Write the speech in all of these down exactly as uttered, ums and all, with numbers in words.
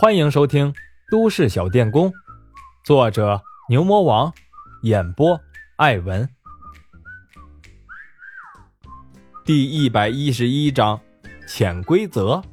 欢迎收听都市小电工，作者牛魔王，演播艾文。第一百一十一章潜规则。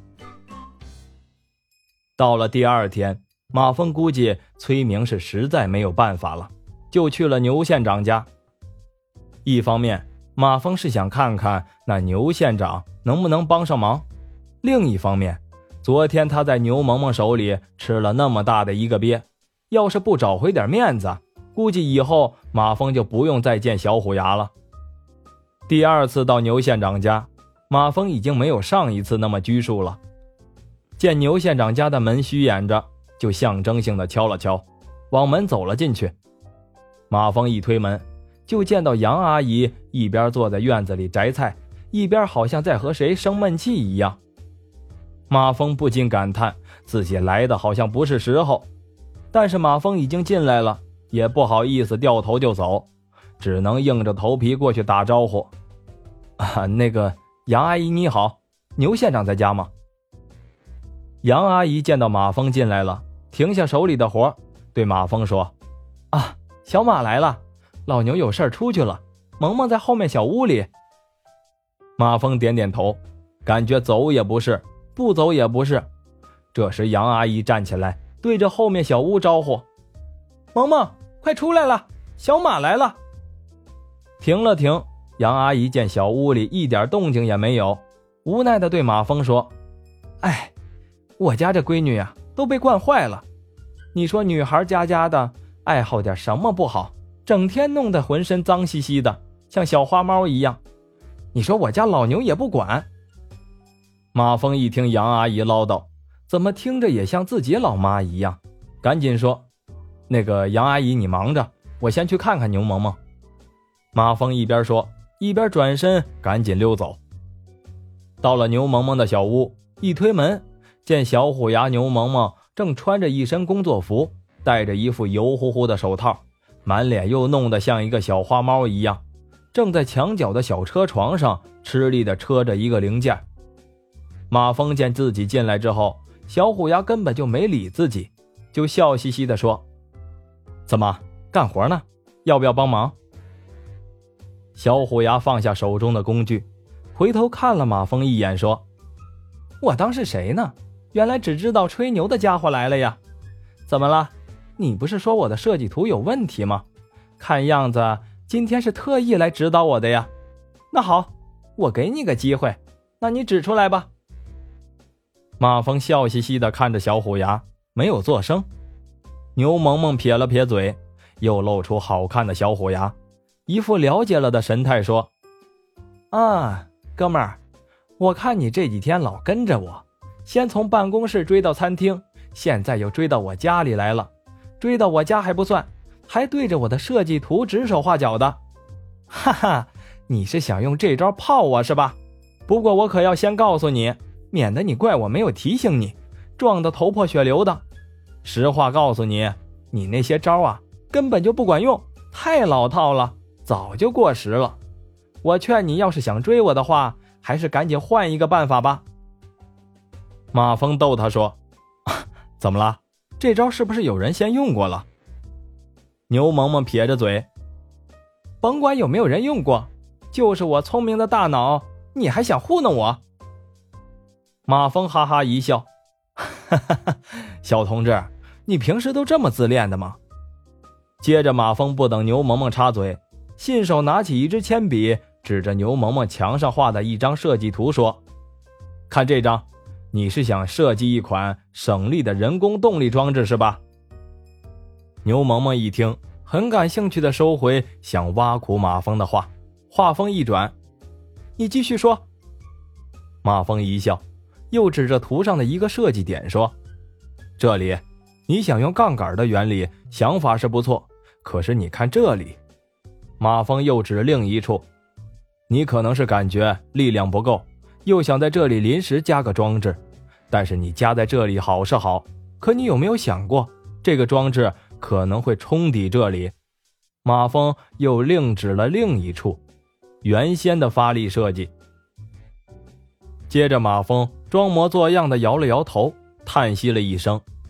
到了第二天，马峰估计崔明是实在没有办法了，就去了牛县长家。一方面，马峰是想看看那牛县长能不能帮上忙，另一方面，昨天他在牛萌萌手里吃了那么大的一个鳖，要是不找回点面子，估计以后马峰就不用再见小虎牙了。第二次到牛县长家，马峰已经没有上一次那么拘束了。见牛县长家的门虚掩着，就象征性的敲了敲，往门走了进去。马峰一推门，就见到杨阿姨一边坐在院子里摘菜，一边好像在和谁生闷气一样。马峰不禁感叹自己来的好像不是时候，但是马峰已经进来了，也不好意思掉头就走，只能硬着头皮过去打招呼。啊，那个杨阿姨你好，牛县长在家吗？杨阿姨见到马峰进来了，停下手里的活，对马峰说：啊，小马来了，老牛有事出去了，萌萌在后面小屋里。马峰点点头，感觉走也不是，不走也不是。这时杨阿姨站起来，对着后面小屋招呼：萌萌，快出来了，小马来了。停了停，杨阿姨见小屋里一点动静也没有，无奈地对马峰说：哎，我家这闺女啊都被惯坏了，你说女孩家家的，爱好点什么不好，整天弄得浑身脏兮兮的，像小花猫一样，你说我家老牛也不管。马峰一听杨阿姨唠叨，怎么听着也像自己老妈一样，赶紧说：那个杨阿姨你忙着，我先去看看牛萌萌。马峰一边说一边转身赶紧溜走。到了牛萌萌的小屋，一推门，见小虎牙牛萌萌正穿着一身工作服，戴着一副油乎乎的手套，满脸又弄得像一个小花猫一样，正在墙角的小车床上吃力地车着一个零件。马峰见自己进来之后，小虎牙根本就没理自己，就笑嘻嘻地说：怎么干活呢？要不要帮忙？小虎牙放下手中的工具，回头看了马峰一眼说：我当是谁呢？原来只知道吹牛的家伙来了呀。怎么了？你不是说我的设计图有问题吗？看样子今天是特意来指导我的呀。那好，我给你个机会，那你指出来吧。马峰笑嘻嘻地看着小虎牙，没有作声。牛萌萌撇了撇嘴，又露出好看的小虎牙，一副了解了的神态说：啊，哥们儿，我看你这几天老跟着我，先从办公室追到餐厅，现在又追到我家里来了，追到我家还不算，还对着我的设计图指手画脚的。哈哈，你是想用这招泡我是吧？不过我可要先告诉你，免得你怪我没有提醒你，撞得头破血流的。实话告诉你，你那些招啊根本就不管用，太老套了，早就过时了。我劝你要是想追我的话，还是赶紧换一个办法吧。马峰逗他说：怎么了？这招是不是有人先用过了？牛萌萌撇着嘴：甭管有没有人用过，就是我聪明的大脑，你还想糊弄我？马峰哈哈一笑：哈哈哈，小同志，你平时都这么自恋的吗？接着马峰不等牛萌萌插嘴，信手拿起一支铅笔，指着牛萌萌墙上画的一张设计图说：看这张，你是想设计一款省力的人工动力装置是吧？牛萌萌一听，很感兴趣地收回想挖苦马峰的话，话锋一转：你继续说。马峰一笑，又指着图上的一个设计点说：这里，你想用杠杆的原理，想法是不错，可是你看这里。马峰又指另一处：你可能是感觉力量不够，又想在这里临时加个装置，但是你加在这里好是好，可你有没有想过，这个装置可能会冲抵这里？马峰又另指了另一处，原先的发力设计。接着马峰装模作样地摇了摇头，叹息了一声，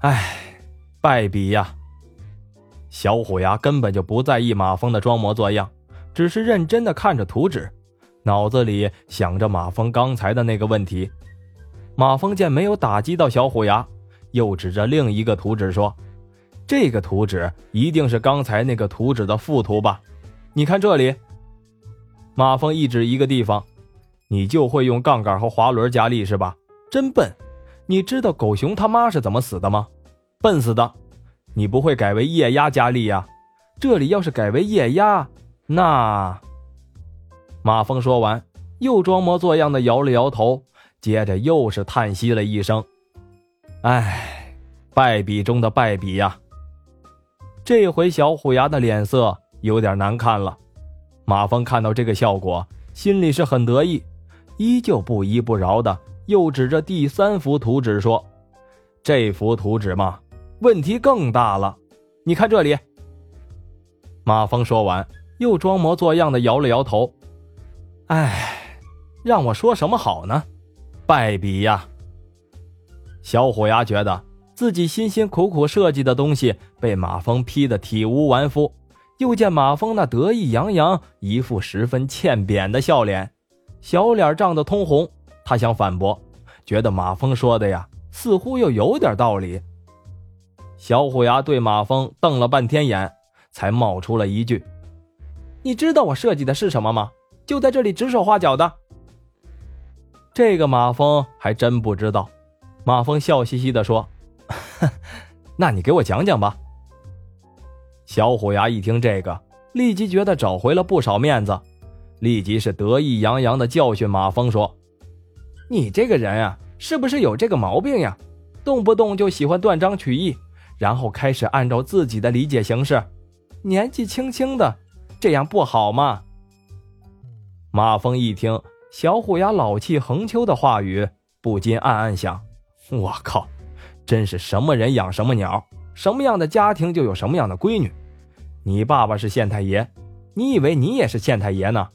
唉，败笔呀。小虎牙根本就不在意马蜂的装模作样，只是认真地看着图纸，脑子里想着马蜂刚才的那个问题。马蜂见没有打击到小虎牙，又指着另一个图纸说，这个图纸一定是刚才那个图纸的附图吧，你看这里。马蜂一指一个地方，你就会用杠杆和滑轮加力是吧？真笨，你知道狗熊他妈是怎么死的吗？笨死的，你不会改为液压加力呀？这里要是改为液压，那……马蜂说完，又装模作样的摇了摇头，接着又是叹息了一声，唉，败笔中的败笔呀。这回小虎牙的脸色有点难看了。马蜂看到这个效果，心里是很得意，依旧不依不饶的又指着第三幅图纸说，这幅图纸嘛，问题更大了，你看这里。马蜂说完，又装模作样的摇了摇头，唉，让我说什么好呢？败笔呀。小虎牙觉得自己辛辛苦苦设计的东西被马蜂批得体无完肤，又见马蜂那得意洋洋一副十分欠扁的笑脸，小脸涨得通红。他想反驳，觉得马蜂说的呀似乎又有点道理。小虎牙对马蜂瞪了半天眼，才冒出了一句，你知道我设计的是什么吗？就在这里指手画脚的。这个马蜂还真不知道。马蜂笑嘻嘻地说，那你给我讲讲吧。小虎牙一听这个，立即觉得找回了不少面子，立即是得意洋洋地教训马蜂说，你这个人啊，是不是有这个毛病呀？动不动就喜欢断章取义，然后开始按照自己的理解行事，年纪轻轻的，这样不好吗？马蜂一听小虎牙老气横秋的话语，不禁暗暗想，我靠，真是什么人养什么鸟，什么样的家庭就有什么样的闺女。你爸爸是县太爷，你以为你也是县太爷呢？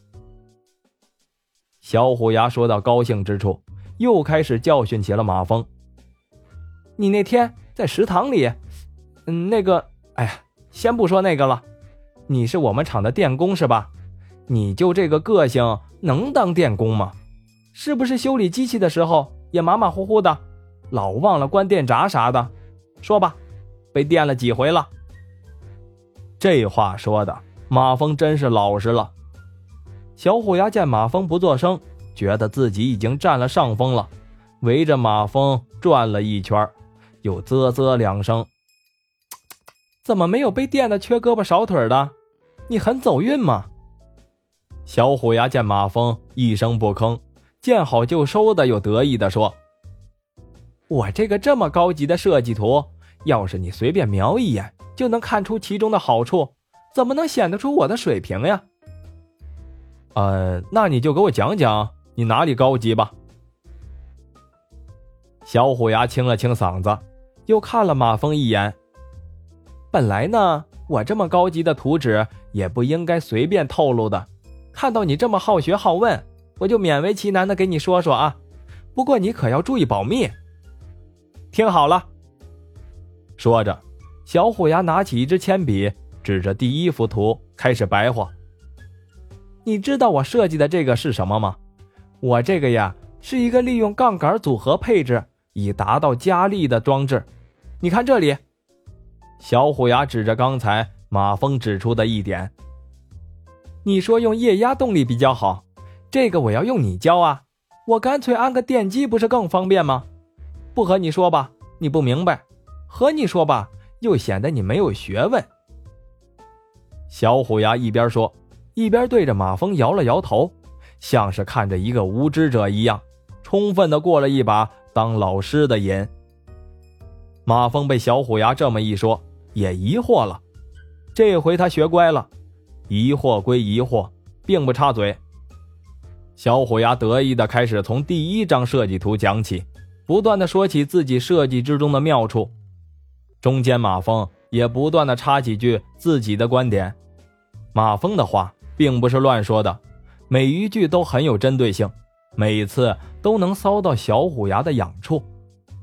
小虎牙说到高兴之处，又开始教训起了马蜂。你那天在食堂里，嗯，那个，哎呀，先不说那个了，你是我们厂的电工是吧？你就这个个性能当电工吗？是不是修理机器的时候也马马虎虎的，老忘了关电闸啥的？说吧，被电了几回了？这话说的马蜂真是老实了。小虎牙见马蜂不作声，觉得自己已经占了上风了，围着马蜂转了一圈，又啧啧两声，怎么没有被电的缺胳膊少腿的？你很走运吗？小虎牙见马蜂一声不吭，见好就收的又得意地说，我这个这么高级的设计图，要是你随便瞄一眼就能看出其中的好处，怎么能显得出我的水平呀？呃，那你就给我讲讲你哪里高级吧。小虎牙清了清嗓子，又看了马蜂一眼。本来呢，我这么高级的图纸也不应该随便透露的，看到你这么好学好问，我就勉为其难的给你说说啊。不过你可要注意保密。听好了。说着，小虎牙拿起一支铅笔，指着第一幅图开始白话。你知道我设计的这个是什么吗？我这个呀，是一个利用杠杆组合配置以达到加力的装置。你看这里。小虎牙指着刚才马蜂指出的一点。你说用液压动力比较好，这个我要用你教啊，我干脆安个电机不是更方便吗？不和你说吧，你不明白，和你说吧，又显得你没有学问。小虎牙一边说，一边对着马蜂摇了摇头，像是看着一个无知者一样，充分的过了一把当老师的瘾。马蜂被小虎牙这么一说，也疑惑了。这回他学乖了，疑惑归疑惑，并不插嘴。小虎牙得意地开始从第一张设计图讲起，不断地说起自己设计之中的妙处。中间马蜂也不断地插几句自己的观点。马蜂的话并不是乱说的，每一句都很有针对性，每次都能搔到小虎牙的痒处。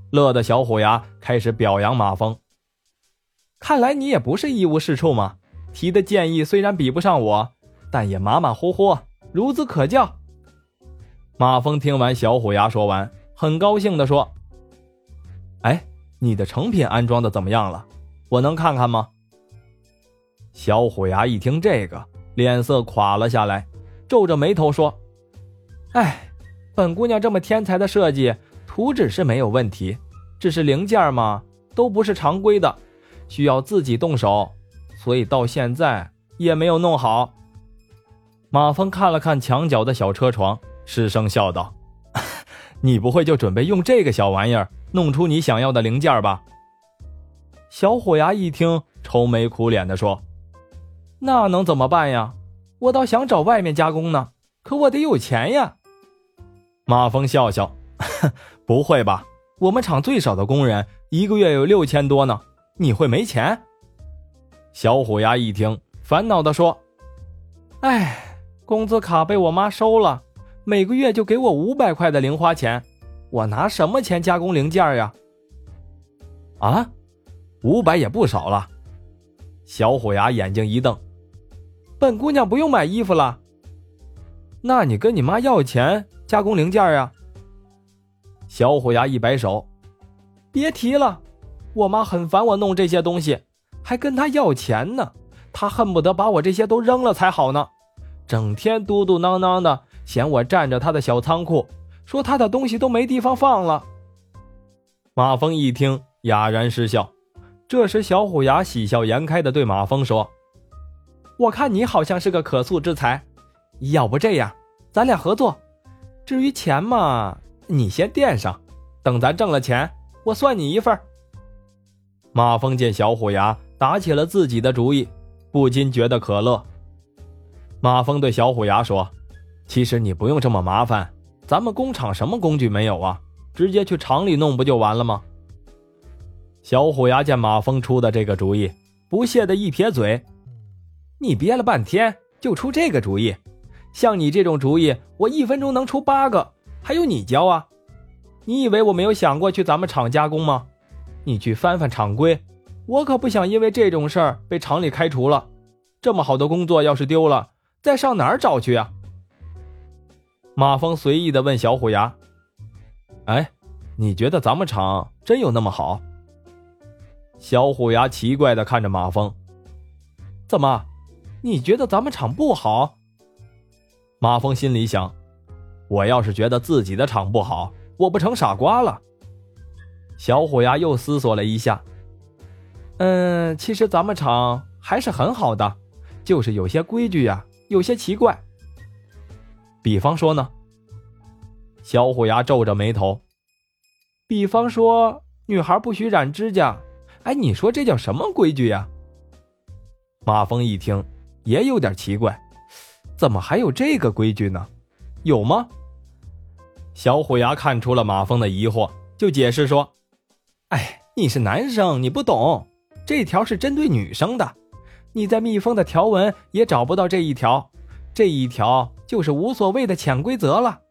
乐得小虎牙开始表扬马蜂。看来你也不是一无是处嘛，提的建议虽然比不上我，但也马马虎虎，孺子可教。马蜂听完小虎牙说完，很高兴地说：哎，你的成品安装的怎么样了？我能看看吗？小虎牙一听这个，脸色垮了下来，皱着眉头说：哎，本姑娘这么天才的设计，图纸是没有问题，只是零件嘛，都不是常规的，需要自己动手，所以到现在也没有弄好。马蜂看了看墙角的小车床，失声笑道：你不会就准备用这个小玩意儿弄出你想要的零件吧？小虎牙一听，愁眉苦脸地说：那能怎么办呀？我倒想找外面加工呢，可我得有钱呀。马蜂笑笑：不会吧，我们厂最少的工人一个月有六千多呢，你会没钱？小虎牙一听，烦恼地说：哎，工资卡被我妈收了，每个月就给我五百块的零花钱，我拿什么钱加工零件呀？啊，五百也不少了。小虎牙眼睛一瞪：本姑娘不用买衣服了。那你跟你妈要钱加工零件呀？小虎牙一摆手：别提了，我妈很烦我弄这些东西，还跟她要钱呢，她恨不得把我这些都扔了才好呢，整天嘟嘟囔囔的，嫌我占着她的小仓库，说她的东西都没地方放了。马蜂一听，哑然失笑。这时小虎牙喜笑颜开地对马蜂说：我看你好像是个可塑之才，要不这样，咱俩合作，至于钱嘛，你先垫上，等咱挣了钱，我算你一份。马蜂见小虎牙打起了自己的主意，不禁觉得可乐。马蜂对小虎牙说：其实你不用这么麻烦，咱们工厂什么工具没有啊，直接去厂里弄不就完了吗？小虎牙见马蜂出的这个主意，不屑地一撇嘴：你憋了半天就出这个主意，像你这种主意我一分钟能出八个，还有你教啊？你以为我没有想过去咱们厂加工吗？你去翻翻厂规，我可不想因为这种事儿被厂里开除了，这么好的工作要是丢了，再上哪儿找去啊？马蜂随意地问小虎牙：哎，你觉得咱们厂真有那么好？小虎牙奇怪地看着马蜂：怎么，你觉得咱们厂不好？马蜂心里想：我要是觉得自己的厂不好，我不成傻瓜了。小虎牙又思索了一下：嗯，其实咱们厂还是很好的，就是有些规矩呀，有些奇怪。比方说呢？小虎牙皱着眉头：比方说女孩不许染指甲，哎，你说这叫什么规矩呀？马蜂一听也有点奇怪，怎么还有这个规矩呢？有吗？小虎牙看出了马蜂的疑惑，就解释说：哎，你是男生，你不懂，这条是针对女生的，你在蜜蜂的条文也找不到这一条，这一条就是无所谓的潜规则了。